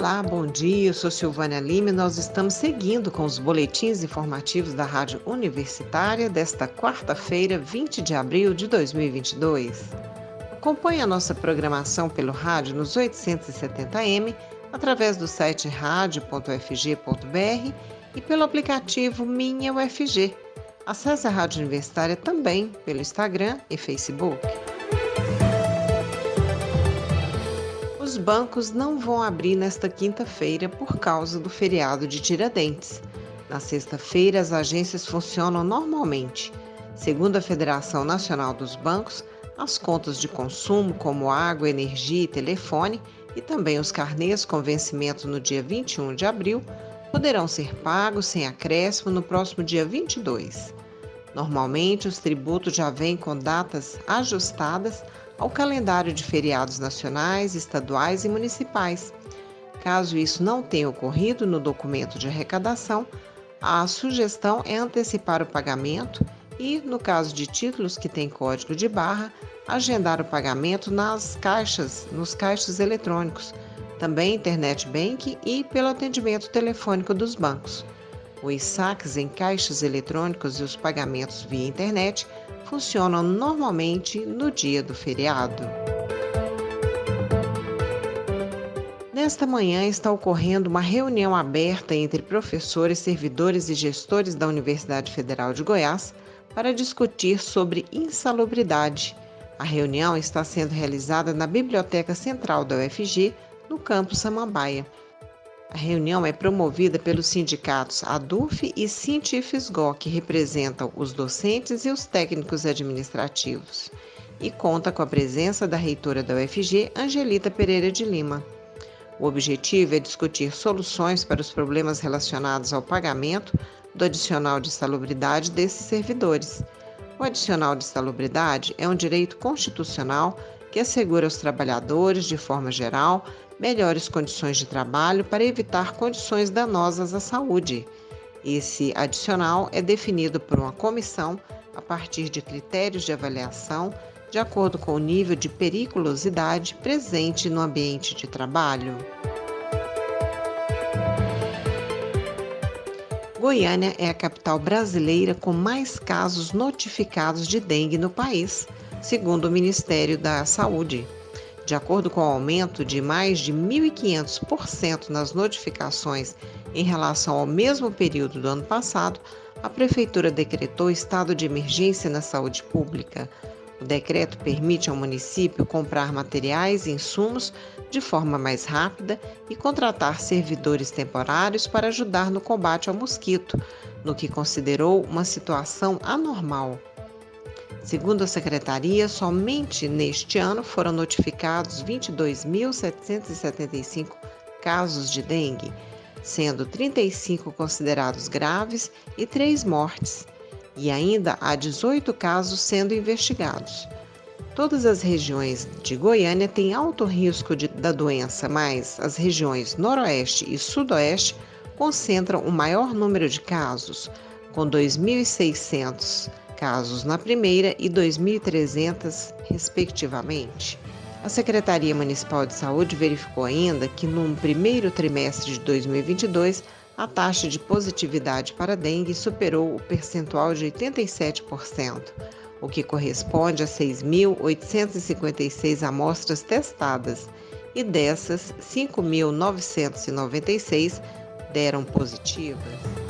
Olá, bom dia, eu sou Silvânia Lima e nós estamos seguindo com os boletins informativos da Rádio Universitária desta quarta-feira, 20 de abril de 2022. Acompanhe a nossa programação pelo rádio nos 870m, através do site radio.ufg.br e pelo aplicativo Minha UFG. Acesse a Rádio Universitária também pelo Instagram e Facebook. Os bancos não vão abrir nesta quinta-feira por causa do feriado de Tiradentes. Na sexta-feira, as agências funcionam normalmente. Segundo a Federação Nacional dos Bancos, as contas de consumo, como água, energia e telefone, e também os carnês com vencimento no dia 21 de abril, poderão ser pagos sem acréscimo no próximo dia 22. Normalmente, os tributos já vêm com datas ajustadas ao calendário de feriados nacionais, estaduais e municipais. Caso isso não tenha ocorrido no documento de arrecadação, a sugestão é antecipar o pagamento e, no caso de títulos que têm código de barra, agendar o pagamento nos caixas eletrônicos, também Internet Banking e pelo atendimento telefônico dos bancos. Os saques em caixas eletrônicos e os pagamentos via internet funcionam normalmente no dia do feriado. Nesta manhã está ocorrendo uma reunião aberta entre professores, servidores e gestores da Universidade Federal de Goiás para discutir sobre insalubridade. A reunião está sendo realizada na Biblioteca Central da UFG, no campus Samambaia. A reunião é promovida pelos sindicatos ADUF e Sintifisgo, que representam os docentes e os técnicos administrativos, e conta com a presença da reitora da UFG, Angelita Pereira de Lima. O objetivo é discutir soluções para os problemas relacionados ao pagamento do adicional de salubridade desses servidores. O adicional de salubridade é um direito constitucional que assegura aos trabalhadores, de forma geral, melhores condições de trabalho para evitar condições danosas à saúde. Esse adicional é definido por uma comissão a partir de critérios de avaliação de acordo com o nível de periculosidade presente no ambiente de trabalho. Goiânia é a capital brasileira com mais casos notificados de dengue no país, segundo o Ministério da Saúde. De acordo com o aumento de mais de 1.500% nas notificações em relação ao mesmo período do ano passado, a Prefeitura decretou estado de emergência na saúde pública. O decreto permite ao município comprar materiais e insumos de forma mais rápida e contratar servidores temporários para ajudar no combate ao mosquito, no que considerou uma situação anormal. Segundo a Secretaria, somente neste ano foram notificados 22.775 casos de dengue, sendo 35 considerados graves e 3 mortes, e ainda há 18 casos sendo investigados. Todas as regiões de Goiânia têm alto risco da doença, mas as regiões Noroeste e Sudoeste concentram o maior número de casos, com 2.600 casos na primeira e 2.300, respectivamente. A Secretaria Municipal de Saúde verificou ainda que no primeiro trimestre de 2022, a taxa de positividade para dengue superou o percentual de 87%, o que corresponde a 6.856 amostras testadas, e dessas, 5.996 deram positivas.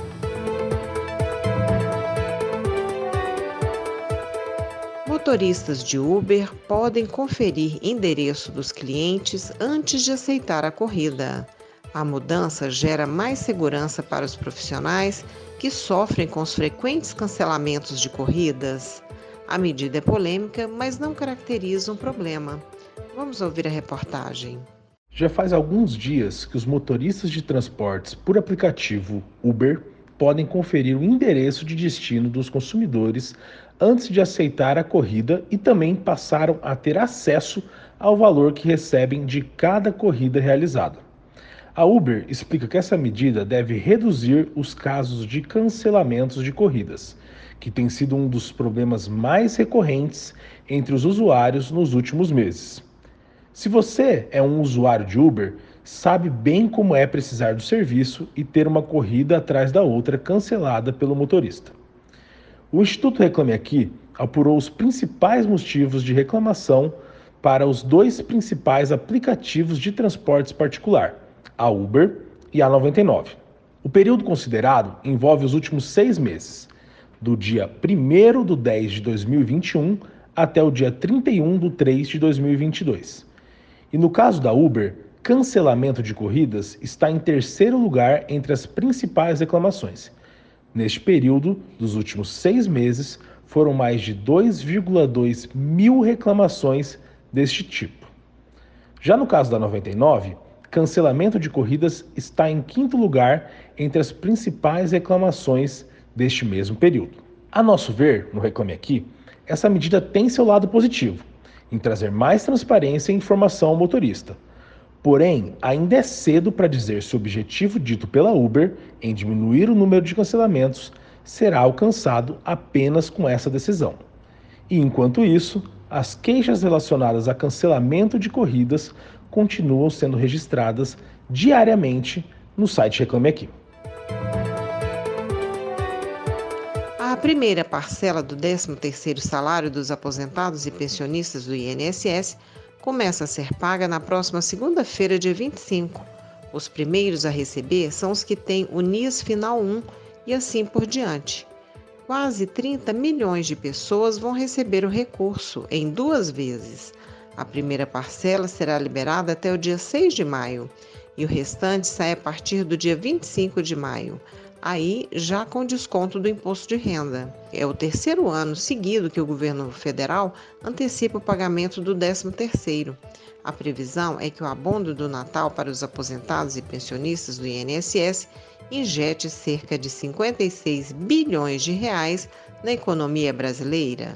Motoristas de Uber podem conferir endereço dos clientes antes de aceitar a corrida. A mudança gera mais segurança para os profissionais que sofrem com os frequentes cancelamentos de corridas. A medida é polêmica, mas não caracteriza um problema. Vamos ouvir a reportagem. Já faz alguns dias que os motoristas de transportes por aplicativo Uber podem conferir o endereço de destino dos consumidores antes de aceitar a corrida e também passaram a ter acesso ao valor que recebem de cada corrida realizada. A Uber explica que essa medida deve reduzir os casos de cancelamentos de corridas, que tem sido um dos problemas mais recorrentes entre os usuários nos últimos meses. Se você é um usuário de Uber, sabe bem como é precisar do serviço e ter uma corrida atrás da outra cancelada pelo motorista. O Instituto Reclame Aqui apurou os principais motivos de reclamação para os dois principais aplicativos de transportes particular, a Uber e a 99. O período considerado envolve os últimos 6 meses, do dia 1º de 10 de 2021 até o dia 31 de 3 de 2022. E no caso da Uber, cancelamento de corridas está em terceiro lugar entre as principais reclamações. Neste período, dos últimos 6 meses, foram mais de 2,2 mil reclamações deste tipo. Já no caso da 99, cancelamento de corridas está em quinto lugar entre as principais reclamações deste mesmo período. A nosso ver, no Reclame Aqui, essa medida tem seu lado positivo, em trazer mais transparência e informação ao motorista. Porém, ainda é cedo para dizer se o objetivo dito pela Uber em diminuir o número de cancelamentos será alcançado apenas com essa decisão. E enquanto isso, as queixas relacionadas a cancelamento de corridas continuam sendo registradas diariamente no site Reclame Aqui. A primeira parcela do 13º salário dos aposentados e pensionistas do INSS começa a ser paga na próxima segunda-feira, dia 25. Os primeiros a receber são os que têm o NIS Final 1 e assim por diante. Quase 30 milhões de pessoas vão receber o recurso em 2 vezes. A primeira parcela será liberada até o dia 6 de maio e o restante sai a partir do dia 25 de maio. Aí já com desconto do imposto de renda. É o terceiro ano seguido que o governo federal antecipa o pagamento do 13º. A previsão é que o abono do Natal para os aposentados e pensionistas do INSS injete cerca de 56 bilhões de reais na economia brasileira.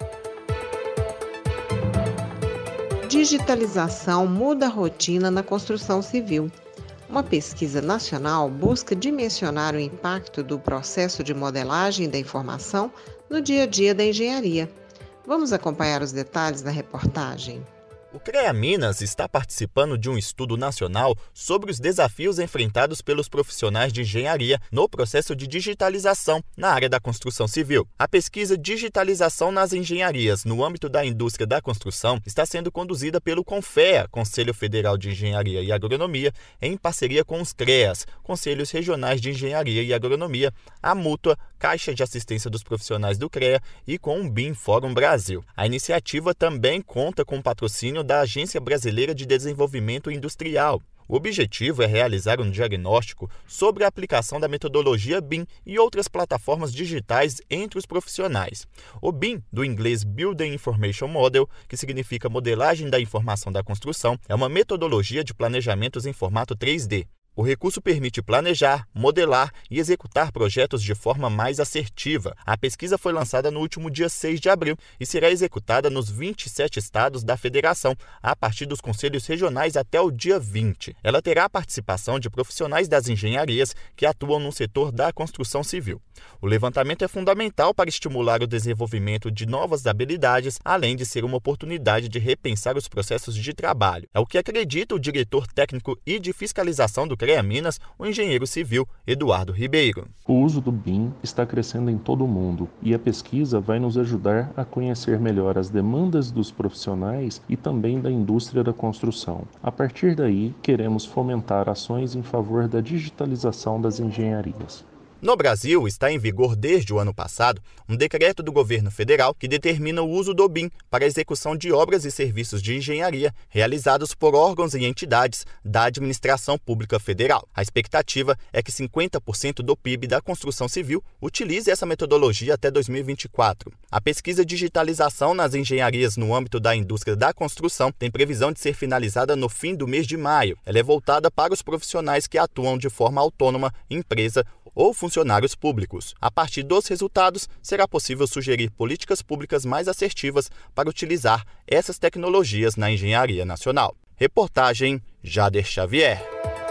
Digitalização muda a rotina na construção civil. Uma pesquisa nacional busca dimensionar o impacto do processo de modelagem da informação no dia a dia da engenharia. Vamos acompanhar os detalhes da reportagem. O CREA Minas está participando de um estudo nacional sobre os desafios enfrentados pelos profissionais de engenharia no processo de digitalização na área da construção civil. A pesquisa Digitalização nas Engenharias no âmbito da indústria da construção está sendo conduzida pelo CONFEA, Conselho Federal de Engenharia e Agronomia, em parceria com os CREAs, Conselhos Regionais de Engenharia e Agronomia, a Mútua, Caixa de Assistência dos Profissionais do CREA e com o BIM Fórum Brasil. A iniciativa também conta com o patrocínio da Agência Brasileira de Desenvolvimento Industrial. O objetivo é realizar um diagnóstico sobre a aplicação da metodologia BIM e outras plataformas digitais entre os profissionais. O BIM, do inglês Building Information Model, que significa modelagem da informação da construção, é uma metodologia de planejamentos em formato 3D. O recurso permite planejar, modelar e executar projetos de forma mais assertiva. A pesquisa foi lançada no último dia 6 de abril e será executada nos 27 estados da federação, a partir dos conselhos regionais até o dia 20. Ela terá a participação de profissionais das engenharias que atuam no setor da construção civil. O levantamento é fundamental para estimular o desenvolvimento de novas habilidades, além de ser uma oportunidade de repensar os processos de trabalho. É o que acredita o diretor técnico e de fiscalização do CREA Minas, o engenheiro civil Eduardo Ribeiro. O uso do BIM está crescendo em todo o mundo e a pesquisa vai nos ajudar a conhecer melhor as demandas dos profissionais e também da indústria da construção. A partir daí, queremos fomentar ações em favor da digitalização das engenharias. No Brasil, está em vigor desde o ano passado um decreto do governo federal que determina o uso do BIM para a execução de obras e serviços de engenharia realizados por órgãos e entidades da administração pública federal. A expectativa é que 50% do PIB da construção civil utilize essa metodologia até 2024. A pesquisa Digitalização nas Engenharias no âmbito da indústria da construção tem previsão de ser finalizada no fim do mês de maio. Ela é voltada para os profissionais que atuam de forma autônoma, empresa ou funcionários públicos. A partir dos resultados, será possível sugerir políticas públicas mais assertivas para utilizar essas tecnologias na engenharia nacional. Reportagem Jader Xavier.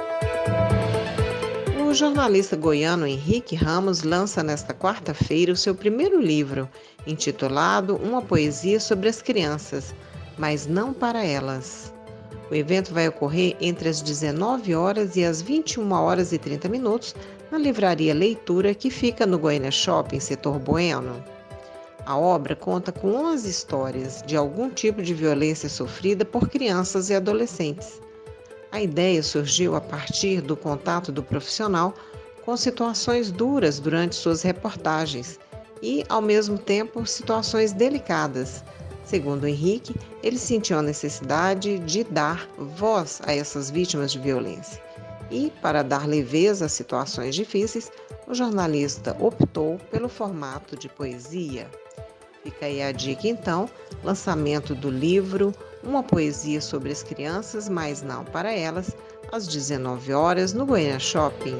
O jornalista goiano Henrique Ramos lança nesta quarta-feira o seu primeiro livro, intitulado Uma Poesia sobre as Crianças, mas não para elas. O evento vai ocorrer entre as 19 horas e as 21 horas e 30 minutos na Livraria Leitura, que fica no Goiânia Shopping, setor Bueno. A obra conta com 11 histórias de algum tipo de violência sofrida por crianças e adolescentes. A ideia surgiu a partir do contato do profissional com situações duras durante suas reportagens e, ao mesmo tempo, situações delicadas. Segundo Henrique, ele sentiu a necessidade de dar voz a essas vítimas de violência. E, para dar leveza às situações difíceis, o jornalista optou pelo formato de poesia. Fica aí a dica, então, lançamento do livro Uma Poesia sobre as Crianças, mas não para elas, às 19 horas no Goiânia Shopping.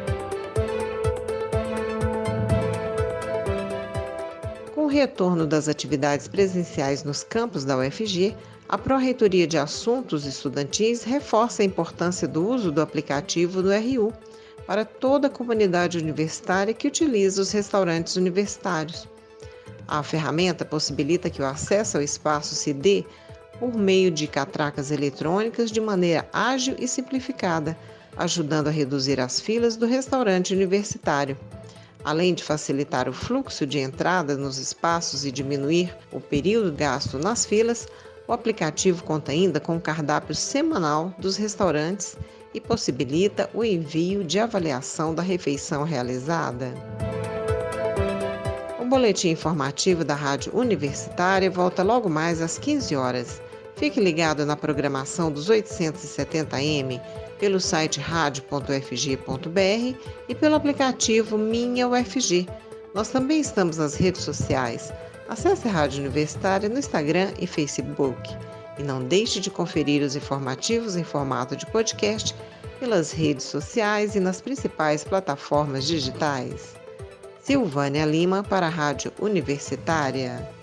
Com o retorno das atividades presenciais nos campos da UFG, a Pró-Reitoria de Assuntos Estudantis reforça a importância do uso do aplicativo do RU para toda a comunidade universitária que utiliza os restaurantes universitários. A ferramenta possibilita que o acesso ao espaço se dê por meio de catracas eletrônicas de maneira ágil e simplificada, ajudando a reduzir as filas do restaurante universitário. Além de facilitar o fluxo de entrada nos espaços e diminuir o período gasto nas filas, o aplicativo conta ainda com o cardápio semanal dos restaurantes e possibilita o envio de avaliação da refeição realizada. O boletim informativo da Rádio Universitária volta logo mais às 15 horas. Fique ligado na programação dos 870M pelo site radio.ufg.br e pelo aplicativo Minha UFG. Nós também estamos nas redes sociais. Acesse a Rádio Universitária no Instagram e Facebook. E não deixe de conferir os informativos em formato de podcast pelas redes sociais e nas principais plataformas digitais. Silvânia Lima para a Rádio Universitária.